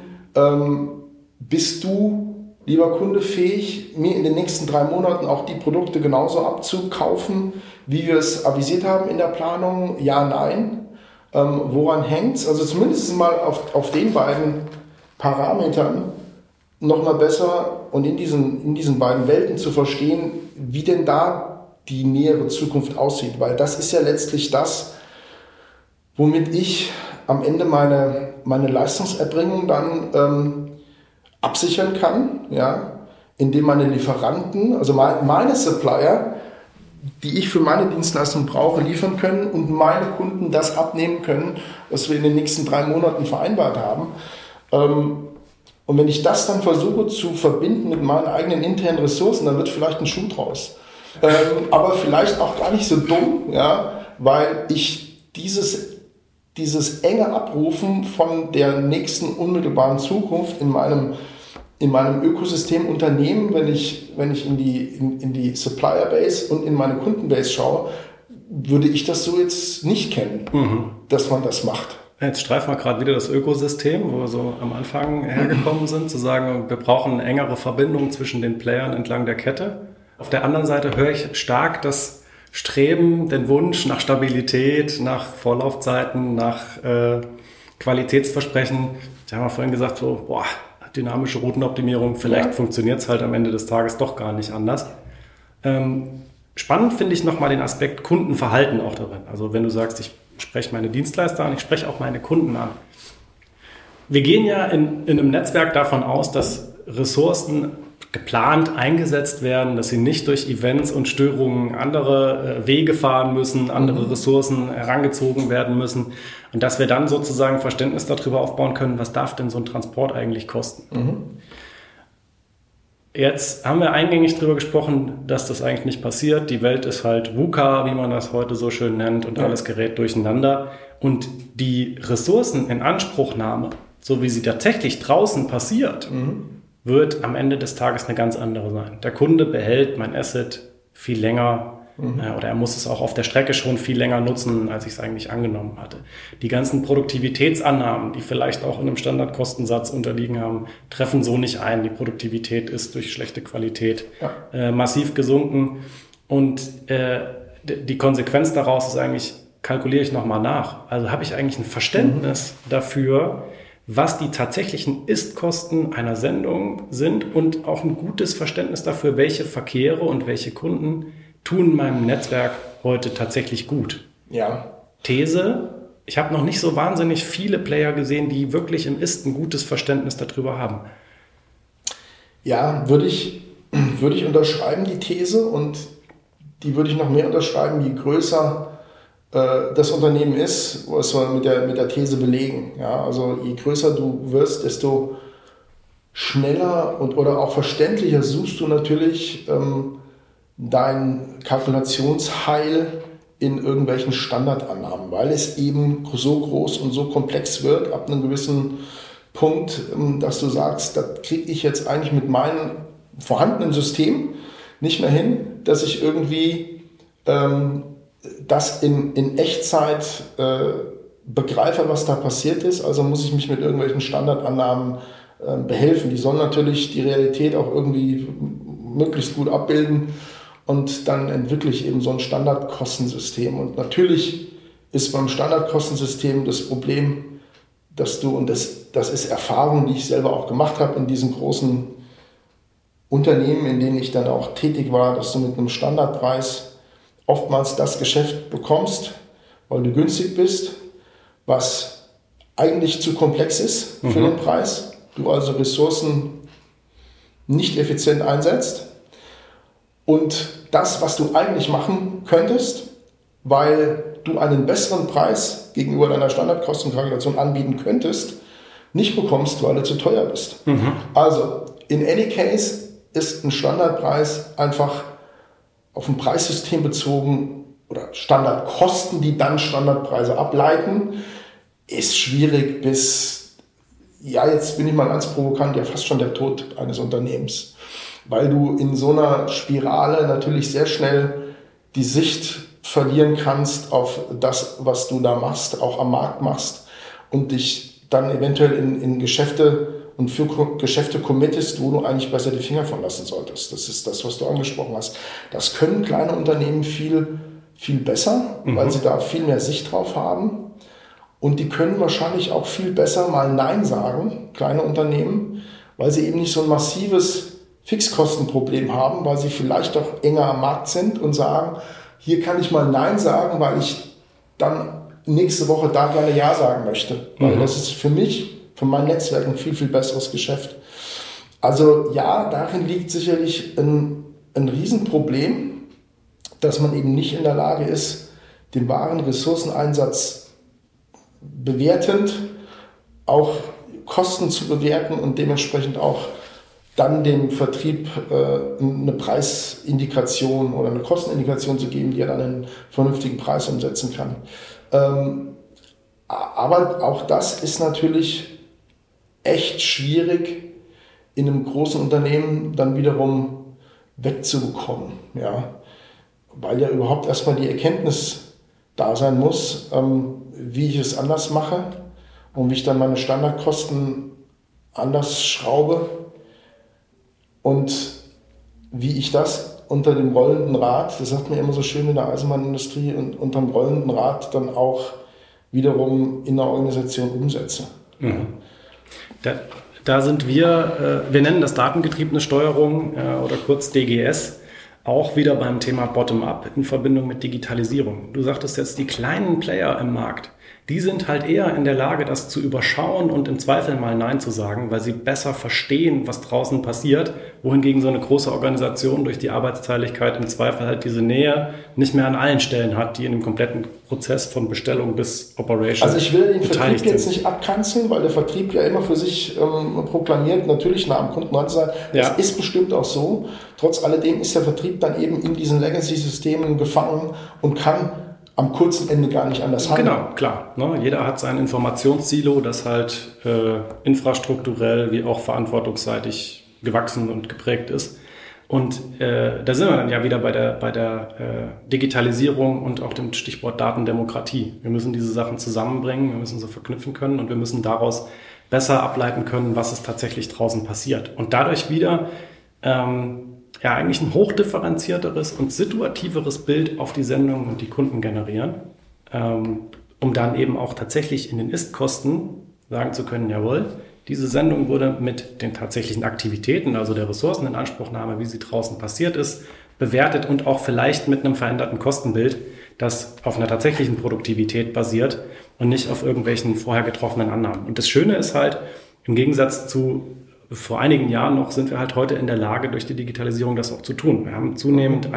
Speaker 4: Bist du, lieber Kunde, fähig, mir in den nächsten 3 Monaten auch die Produkte genauso abzukaufen, wie wir es avisiert haben in der Planung? Ja, nein. Woran hängt's? Also zumindest mal auf den beiden Parametern nochmal besser und in diesen beiden Welten zu verstehen, wie denn da die nähere Zukunft aussieht. Weil das ist ja letztlich das, womit ich am Ende meine Leistungserbringung dann absichern kann, ja, indem meine Lieferanten, also meine Supplier, die ich für meine Dienstleistung brauche, liefern können und meine Kunden das abnehmen können, was wir in den nächsten 3 Monaten vereinbart haben. Und wenn ich das dann versuche zu verbinden mit meinen eigenen internen Ressourcen, dann wird vielleicht ein Schuh draus. Aber vielleicht auch gar nicht so dumm, ja, weil ich dieses enge Abrufen von der nächsten unmittelbaren Zukunft in meinem Ökosystem Unternehmen, wenn ich in die Supplier Base und in meine Kundenbase schaue, würde ich das so jetzt nicht kennen, dass man das macht.
Speaker 3: Jetzt streifen wir gerade wieder das Ökosystem, wo wir so am Anfang hergekommen sind, zu sagen, wir brauchen eine engere Verbindung zwischen den Playern entlang der Kette. Auf der anderen Seite höre ich stark das Streben, den Wunsch nach Stabilität, nach Vorlaufzeiten, nach Qualitätsversprechen. Ich habe ja vorhin gesagt, so, dynamische Routenoptimierung, vielleicht funktioniert es halt am Ende des Tages doch gar nicht anders. Spannend finde ich nochmal den Aspekt Kundenverhalten auch darin. Also wenn du sagst, ich spreche meine Dienstleister an, ich spreche auch meine Kunden an. Wir gehen ja in einem Netzwerk davon aus, dass Ressourcen geplant eingesetzt werden, dass sie nicht durch Events und Störungen andere Wege fahren müssen, andere Ressourcen herangezogen werden müssen und dass wir dann sozusagen Verständnis darüber aufbauen können, was darf denn so ein Transport eigentlich kosten. Jetzt haben wir eingängig darüber gesprochen, dass das eigentlich nicht passiert. Die Welt ist halt VUCA, wie man das heute so schön nennt, und alles gerät durcheinander. Und die Ressourceninanspruchnahme, so wie sie tatsächlich draußen passiert, wird am Ende des Tages eine ganz andere sein. Der Kunde behält mein Asset viel länger oder er muss es auch auf der Strecke schon viel länger nutzen, als ich es eigentlich angenommen hatte. Die ganzen Produktivitätsannahmen, die vielleicht auch in einem Standardkostensatz unterliegen haben, treffen so nicht ein. Die Produktivität ist durch schlechte Qualität massiv gesunken und die Konsequenz daraus ist eigentlich, kalkuliere ich nochmal nach. Also habe ich eigentlich ein Verständnis dafür, was die tatsächlichen Ist-Kosten einer Sendung sind und auch ein gutes Verständnis dafür, welche Verkehre und welche Kunden tun meinem Netzwerk heute tatsächlich gut.
Speaker 4: Ja.
Speaker 3: These, ich habe noch nicht so wahnsinnig viele Player gesehen, die wirklich im Ist ein gutes Verständnis darüber haben.
Speaker 4: Ja, würde ich unterschreiben, die These, und die würde ich noch mehr unterschreiben, je größer das Unternehmen ist, was wir mit der These belegen. Ja, also je größer du wirst, desto schneller oder auch verständlicher suchst du natürlich dein Kalkulationsheil in irgendwelchen Standardannahmen, weil es eben so groß und so komplex wird ab einem gewissen Punkt, dass du sagst, das kriege ich jetzt eigentlich mit meinem vorhandenen System nicht mehr hin, dass ich irgendwie das in Echtzeit begreife, was da passiert ist. Also muss ich mich mit irgendwelchen Standardannahmen behelfen. Die sollen natürlich die Realität auch irgendwie möglichst gut abbilden. Und dann entwickle ich eben so ein Standardkostensystem. Und natürlich ist beim Standardkostensystem das Problem, dass du, und das ist Erfahrung, die ich selber auch gemacht habe in diesen großen Unternehmen, in denen ich dann auch tätig war, dass du mit einem Standardpreis oftmals das Geschäft bekommst, weil du günstig bist, was eigentlich zu komplex ist für den Preis. Du also Ressourcen nicht effizient einsetzt. Und das, was du eigentlich machen könntest, weil du einen besseren Preis gegenüber deiner Standardkostenkalkulation anbieten könntest, nicht bekommst, weil du zu teuer bist. Also, in any case, ist ein Standardpreis einfach auf ein Preissystem bezogen oder Standardkosten, die dann Standardpreise ableiten, ist schwierig bis, ja, jetzt bin ich mal ganz provokant, ja fast schon der Tod eines Unternehmens. Weil du in so einer Spirale natürlich sehr schnell die Sicht verlieren kannst auf das, was du da machst, auch am Markt machst und dich dann eventuell in Geschäfte und für Geschäfte committest, wo du eigentlich besser die Finger von lassen solltest. Das ist das, was du angesprochen hast. Das können kleine Unternehmen viel, viel besser, weil sie da viel mehr Sicht drauf haben. Und die können wahrscheinlich auch viel besser mal Nein sagen, kleine Unternehmen, weil sie eben nicht so ein massives Fixkostenproblem haben, weil sie vielleicht auch enger am Markt sind und sagen, hier kann ich mal Nein sagen, weil ich dann nächste Woche da gerne Ja sagen möchte. Weil das ist für mich, von meinem Netzwerk ein viel, viel besseres Geschäft. Also ja, darin liegt sicherlich ein Riesenproblem, dass man eben nicht in der Lage ist, den wahren Ressourceneinsatz bewertend auch Kosten zu bewerten und dementsprechend auch dann dem Vertrieb eine Preisindikation oder eine Kostenindikation zu geben, die er dann einen vernünftigen Preis umsetzen kann. Aber auch das ist natürlich echt schwierig, in einem großen Unternehmen dann wiederum wegzubekommen. Ja? Weil ja überhaupt erstmal die Erkenntnis da sein muss, wie ich es anders mache und wie ich dann meine Standardkosten anders schraube und wie ich das unter dem rollenden Rad, das sagt man immer so schön in der Eisenbahnindustrie, und unter dem rollenden Rad dann auch wiederum in der Organisation umsetze.
Speaker 3: Mhm. Da sind wir nennen das datengetriebene Steuerung oder kurz DGS, auch wieder beim Thema Bottom-up in Verbindung mit Digitalisierung. Du sagtest jetzt, die kleinen Player im Markt, die sind halt eher in der Lage, das zu überschauen und im Zweifel mal Nein zu sagen, weil sie besser verstehen, was draußen passiert, wohingegen so eine große Organisation durch die Arbeitsteiligkeit im Zweifel halt diese Nähe nicht mehr an allen Stellen hat, die in dem kompletten Prozess von Bestellung bis Operation.
Speaker 4: Also ich will den Vertrieb jetzt nicht abkanzeln, weil der Vertrieb ja immer für sich proklamiert, natürlich nah am Kunden dran zu sein. Das ist bestimmt auch so. Trotz alledem ist der Vertrieb dann eben in diesen Legacy-Systemen gefangen und kann am kurzen Ende gar nicht anders handeln.
Speaker 3: Genau, klar. Ne? Jeder hat sein Informationssilo, das halt infrastrukturell wie auch verantwortungsseitig gewachsen und geprägt ist. Und da sind wir dann ja wieder bei der Digitalisierung und auch dem Stichwort Datendemokratie. Wir müssen diese Sachen zusammenbringen, wir müssen sie verknüpfen können und wir müssen daraus besser ableiten können, was ist tatsächlich draußen passiert. Und dadurch wieder eigentlich ein hochdifferenzierteres und situativeres Bild auf die Sendung und die Kunden generieren, um dann eben auch tatsächlich in den Ist-Kosten sagen zu können, jawohl, diese Sendung wurde mit den tatsächlichen Aktivitäten, also der Ressourceninanspruchnahme, wie sie draußen passiert ist, bewertet und auch vielleicht mit einem veränderten Kostenbild, das auf einer tatsächlichen Produktivität basiert und nicht auf irgendwelchen vorher getroffenen Annahmen. Und das Schöne ist halt, im Gegensatz zu vor einigen Jahren noch, sind wir halt heute in der Lage, durch die Digitalisierung das auch zu tun. Wir haben zunehmend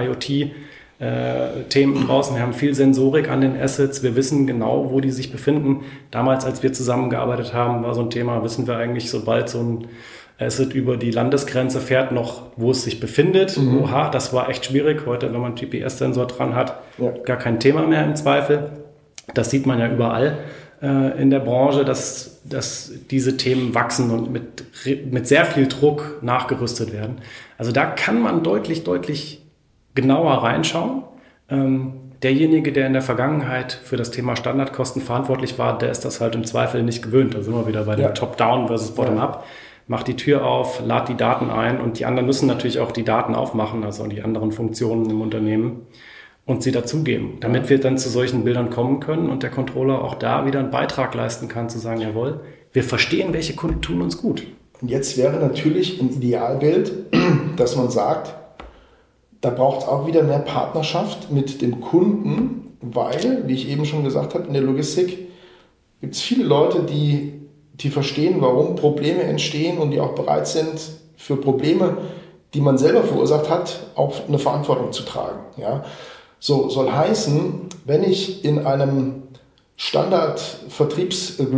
Speaker 3: IoT-Themen draußen, wir haben viel Sensorik an den Assets, wir wissen genau, wo die sich befinden. Damals, als wir zusammengearbeitet haben, war so ein Thema, wissen wir eigentlich, sobald so ein Asset über die Landesgrenze fährt, noch, wo es sich befindet. Oha, das war echt schwierig. Heute, wenn man einen GPS-Sensor dran hat, gar kein Thema mehr im Zweifel. Das sieht man ja überall in der Branche, dass diese Themen wachsen und mit sehr viel Druck nachgerüstet werden. Also da kann man deutlich genauer reinschauen. Derjenige, der in der Vergangenheit für das Thema Standardkosten verantwortlich war, der ist das halt im Zweifel nicht gewöhnt. Da sind wir wieder bei dem Top-Down versus Bottom-Up. Macht die Tür auf, lad die Daten ein und die anderen müssen natürlich auch die Daten aufmachen, also die anderen Funktionen im Unternehmen, und sie dazugeben, damit wir dann zu solchen Bildern kommen können und der Controller auch da wieder einen Beitrag leisten kann, zu sagen, jawohl, wir verstehen, welche Kunden tun uns gut.
Speaker 4: Und jetzt wäre natürlich ein Idealbild, dass man sagt, da braucht es auch wieder mehr Partnerschaft mit dem Kunden, weil, wie ich eben schon gesagt habe, in der Logistik gibt es viele Leute, die verstehen, warum Probleme entstehen und die auch bereit sind, für Probleme, die man selber verursacht hat, auch eine Verantwortung zu tragen. Ja? So soll heißen, wenn ich in einem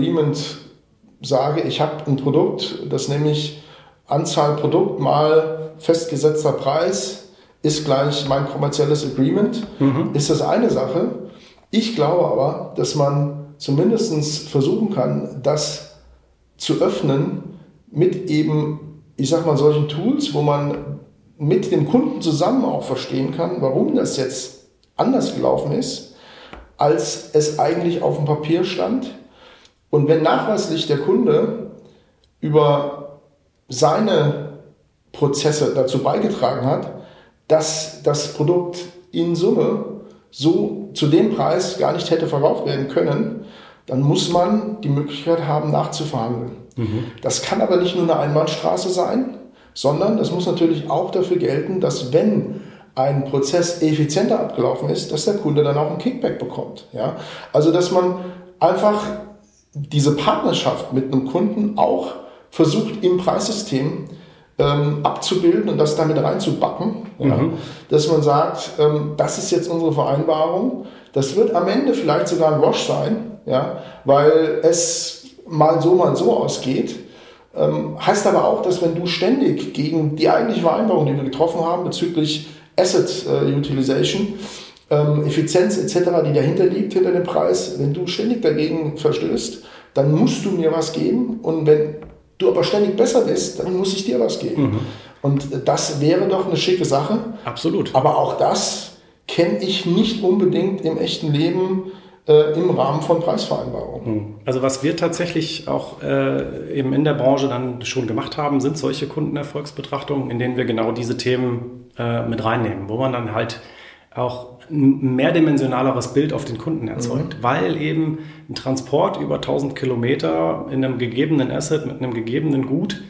Speaker 4: Standard-Vertriebsagreement sage, ich habe ein Produkt, das nämlich Anzahl Produkt mal festgesetzter Preis ist gleich mein kommerzielles Agreement, ist das eine Sache. Ich glaube aber, dass man zumindest versuchen kann, das zu öffnen mit eben, ich sag mal, solchen Tools, wo man mit dem Kunden zusammen auch verstehen kann, warum das jetzt anders gelaufen ist, als es eigentlich auf dem Papier stand. Und wenn nachweislich der Kunde über seine Prozesse dazu beigetragen hat, dass das Produkt in Summe so zu dem Preis gar nicht hätte verkauft werden können, dann muss man die Möglichkeit haben, nachzuverhandeln. Das kann aber nicht nur eine Einbahnstraße sein, sondern das muss natürlich auch dafür gelten, dass wenn ein Prozess effizienter abgelaufen ist, dass der Kunde dann auch ein Kickback bekommt. Ja? Also dass man einfach diese Partnerschaft mit einem Kunden auch versucht im Preissystem abzubilden und das damit reinzubacken. Ja? Dass man sagt, das ist jetzt unsere Vereinbarung. Das wird am Ende vielleicht sogar ein Wash sein, ja? Weil es mal so ausgeht. Heißt aber auch, dass wenn du ständig gegen die eigentliche Vereinbarung, die wir getroffen haben bezüglich Asset Utilization, Effizienz etc., die dahinter liegt, hinter dem Preis, wenn du ständig dagegen verstößt, dann musst du mir was geben und wenn du aber ständig besser bist, dann muss ich dir was geben. Und das wäre doch eine schicke Sache.
Speaker 3: Absolut.
Speaker 4: Aber auch das kenne ich nicht unbedingt im echten Leben im Rahmen von Preisvereinbarungen.
Speaker 3: Also was wir tatsächlich auch eben in der Branche dann schon gemacht haben, sind solche Kundenerfolgsbetrachtungen, in denen wir genau diese Themen mit reinnehmen, wo man dann halt auch ein mehrdimensionaleres Bild auf den Kunden erzeugt, weil eben ein Transport über 1000 Kilometer in einem gegebenen Asset mit einem gegebenen Gut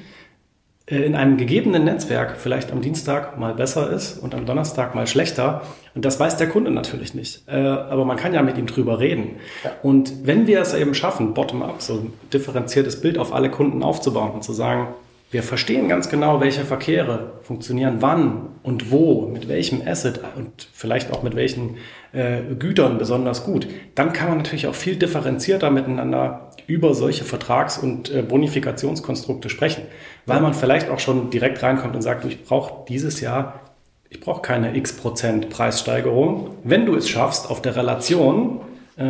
Speaker 3: in einem gegebenen Netzwerk vielleicht am Dienstag mal besser ist und am Donnerstag mal schlechter. Und das weiß der Kunde natürlich nicht. Aber man kann ja mit ihm drüber reden. Ja. Und wenn wir es eben schaffen, bottom-up, so ein differenziertes Bild auf alle Kunden aufzubauen und zu sagen, wir verstehen ganz genau, welche Verkehre funktionieren wann und wo, mit welchem Asset und vielleicht auch mit welchen Gütern besonders gut, dann kann man natürlich auch viel differenzierter miteinander über solche Vertrags- und Bonifikationskonstrukte sprechen, weil man vielleicht auch schon direkt reinkommt und sagt, ich brauche dieses Jahr, ich brauche keine x% Preissteigerung. Wenn du es schaffst, auf der Relation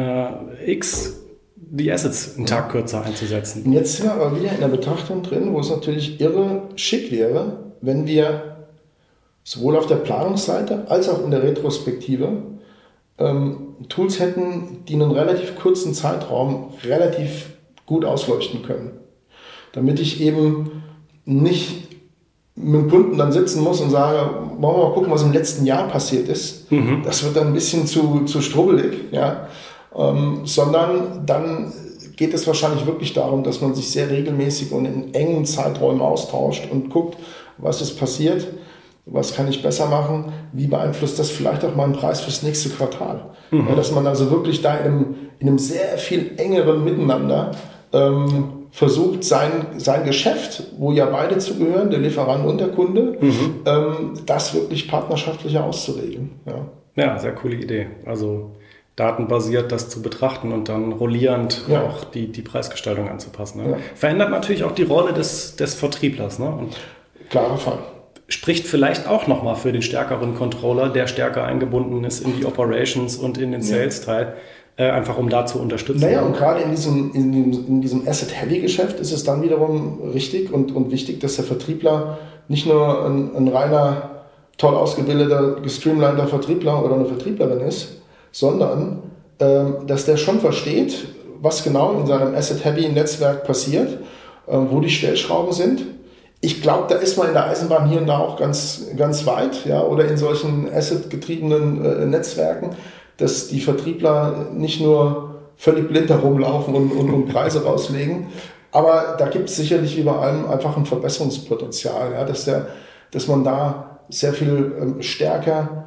Speaker 3: x die Assets einen Tag kürzer einzusetzen.
Speaker 4: Und jetzt sind wir aber wieder in der Betrachtung drin, wo es natürlich irre schick wäre, wenn wir sowohl auf der Planungsseite als auch in der Retrospektive Tools hätten, die einen relativ kurzen Zeitraum relativ gut ausleuchten können. Damit ich eben nicht mit dem Kunden dann sitzen muss und sage, wollen wir mal gucken, was im letzten Jahr passiert ist. Das wird dann ein bisschen zu strubbelig, ja. Sondern dann geht es wahrscheinlich wirklich darum, dass man sich sehr regelmäßig und in engen Zeiträumen austauscht und guckt, was ist passiert, was kann ich besser machen, wie beeinflusst das vielleicht auch meinen Preis fürs nächste Quartal. Ja, dass man also wirklich da in einem sehr viel engeren Miteinander versucht, sein Geschäft, wo ja beide zugehören, der Lieferant und der Kunde, das wirklich partnerschaftlicher auszuregeln.
Speaker 3: Ja, sehr coole Idee. Also datenbasiert das zu betrachten und dann rollierend auch die Preisgestaltung anzupassen. Ne? Ja. Verändert natürlich auch die Rolle des Vertrieblers. Ne? Und
Speaker 4: klarer Fall.
Speaker 3: Spricht vielleicht auch nochmal für den stärkeren Controller, der stärker eingebunden ist in die Operations und in den Sales-Teil, einfach um da zu unterstützen.
Speaker 4: Naja, und gerade in diesem Asset-Heavy-Geschäft ist es dann wiederum richtig und wichtig, dass der Vertriebler nicht nur ein reiner, toll ausgebildeter, gestreamliner Vertriebler oder eine Vertrieblerin ist, sondern dass der schon versteht, was genau in seinem Asset-Heavy-Netzwerk passiert, wo die Stellschrauben sind. Ich glaube, da ist man in der Eisenbahn hier und da auch ganz, ganz weit, ja, oder in solchen asset-getriebenen Netzwerken, dass die Vertriebler nicht nur völlig blind herumlaufen und Preise rauslegen. Aber da gibt es sicherlich wie bei allem einfach ein Verbesserungspotenzial, ja, dass man da sehr viel stärker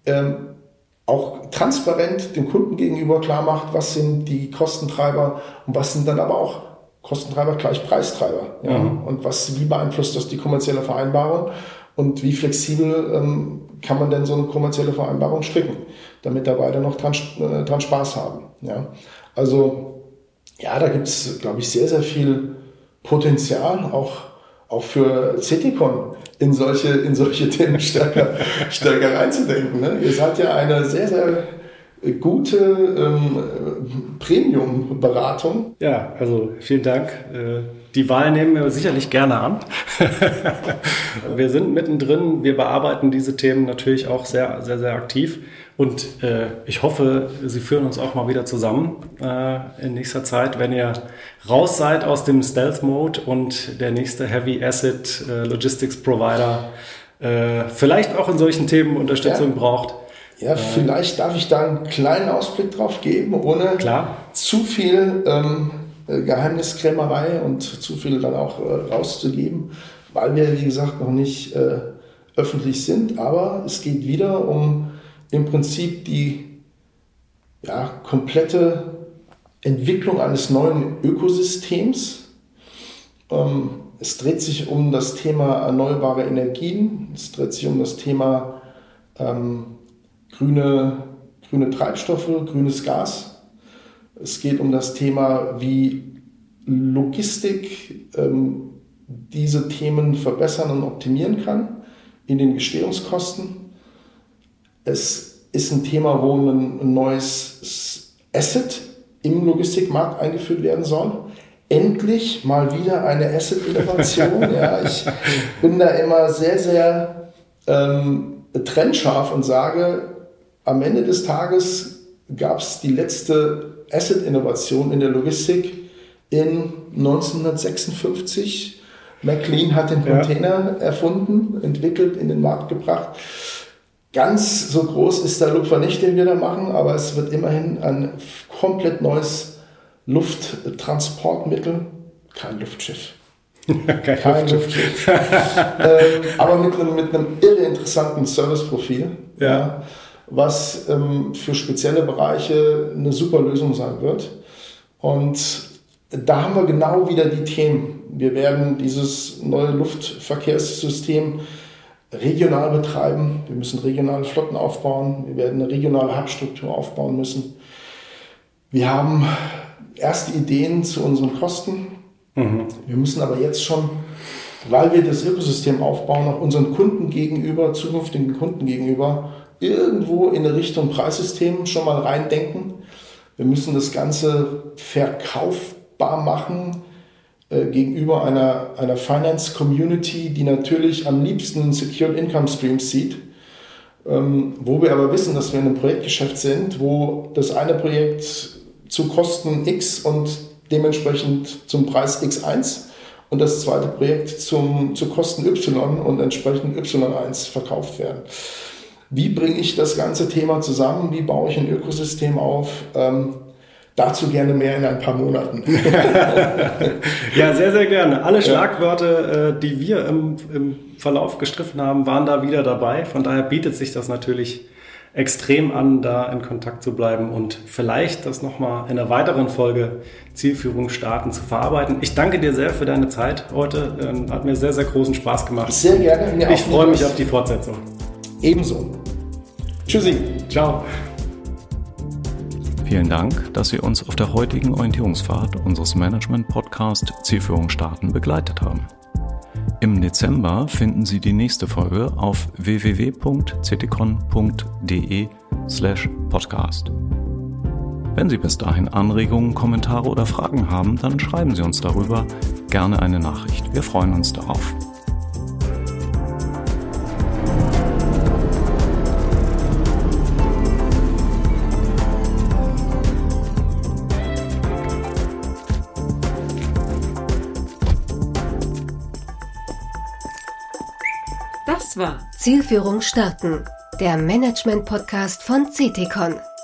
Speaker 4: auch transparent dem Kunden gegenüber klar macht, was sind die Kostentreiber und was sind dann aber auch Kostentreiber gleich Preistreiber. Ja? Und wie beeinflusst das die kommerzielle Vereinbarung und wie flexibel kann man denn so eine kommerzielle Vereinbarung stricken, damit da beide noch dran Spaß haben. Ja? Also ja, da gibt es, glaube ich, sehr, sehr viel Potenzial, auch für CTCon in solche Themen stärker reinzudenken. Ne? Ihr seid ja eine sehr, sehr gute Premium-Beratung.
Speaker 3: Ja, also vielen Dank. Die Wahl nehmen wir sicherlich gerne an. Wir sind mittendrin, wir bearbeiten diese Themen natürlich auch sehr, sehr, sehr aktiv. Und ich hoffe, Sie führen uns auch mal wieder zusammen in nächster Zeit, wenn ihr raus seid aus dem Stealth-Mode und der nächste Heavy Asset Logistics Provider vielleicht auch in solchen Themen Unterstützung braucht.
Speaker 4: Ja, vielleicht darf ich da einen kleinen Ausblick drauf geben, ohne zu viel Geheimniskrämerei und zu viel dann auch rauszugeben, weil wir, wie gesagt, noch nicht öffentlich sind. Aber es geht wieder um im Prinzip die komplette Entwicklung eines neuen Ökosystems. Es dreht sich um das Thema erneuerbare Energien, es dreht sich um das Thema grüne Treibstoffe, grünes Gas. Es geht um das Thema, wie Logistik diese Themen verbessern und optimieren kann in den Gestehungskosten. Es ist ein Thema, wo ein neues Asset im Logistikmarkt eingeführt werden soll. Endlich mal wieder eine Asset-Innovation. Ja, ich bin da immer sehr, sehr trennscharf und sage, am Ende des Tages gab es die letzte Asset-Innovation in der Logistik in 1956. McLean hat den Container erfunden, entwickelt, in den Markt gebracht. Ganz so groß ist der Lupfer nicht, den wir da machen, aber es wird immerhin ein komplett neues Lufttransportmittel, kein Luftschiff. Kein Luftschiff. Aber mit einem irre interessanten Serviceprofil. Ja. Was für spezielle Bereiche eine super Lösung sein wird. Und da haben wir genau wieder die Themen. Wir werden dieses neue Luftverkehrssystem regional betreiben. Wir müssen regionale Flotten aufbauen. Wir werden eine regionale Hubstruktur aufbauen müssen. Wir haben erste Ideen zu unseren Kosten. Wir müssen aber jetzt schon, weil wir das Ökosystem aufbauen, auch unseren Kunden gegenüber, zukünftigen Kunden gegenüber, irgendwo in eine Richtung Preissystem schon mal reindenken. Wir müssen das Ganze verkaufbar machen gegenüber einer Finance-Community, die natürlich am liebsten Secured Income Streams sieht, wo wir aber wissen, dass wir in einem Projektgeschäft sind, wo das eine Projekt zu Kosten X und dementsprechend zum Preis X1 und das zweite Projekt zu Kosten Y und entsprechend Y1 verkauft werden. Wie bringe ich das ganze Thema zusammen? Wie baue ich ein Ökosystem auf? Dazu gerne mehr in ein paar Monaten.
Speaker 3: Ja, sehr, sehr gerne. Alle Schlagwörter, die wir im Verlauf gestriffen haben, waren da wieder dabei. Von daher bietet sich das natürlich extrem an, da in Kontakt zu bleiben und vielleicht das nochmal in einer weiteren Folge Zielführung starten zu verarbeiten. Ich danke dir sehr für deine Zeit heute. Hat mir sehr, sehr großen Spaß gemacht.
Speaker 4: Sehr gerne.
Speaker 3: Ich freue mich auf die Fortsetzung.
Speaker 4: Ebenso. Tschüssi.
Speaker 3: Ciao.
Speaker 2: Vielen Dank, dass Sie uns auf der heutigen Orientierungsfahrt unseres Management-Podcast Zielführung starten begleitet haben. Im Dezember finden Sie die nächste Folge auf www.ctcon.de/podcast. Wenn Sie bis dahin Anregungen, Kommentare oder Fragen haben, dann schreiben Sie uns darüber gerne eine Nachricht. Wir freuen uns darauf.
Speaker 1: Das war Zielführung starten, der Management-Podcast von CTCon.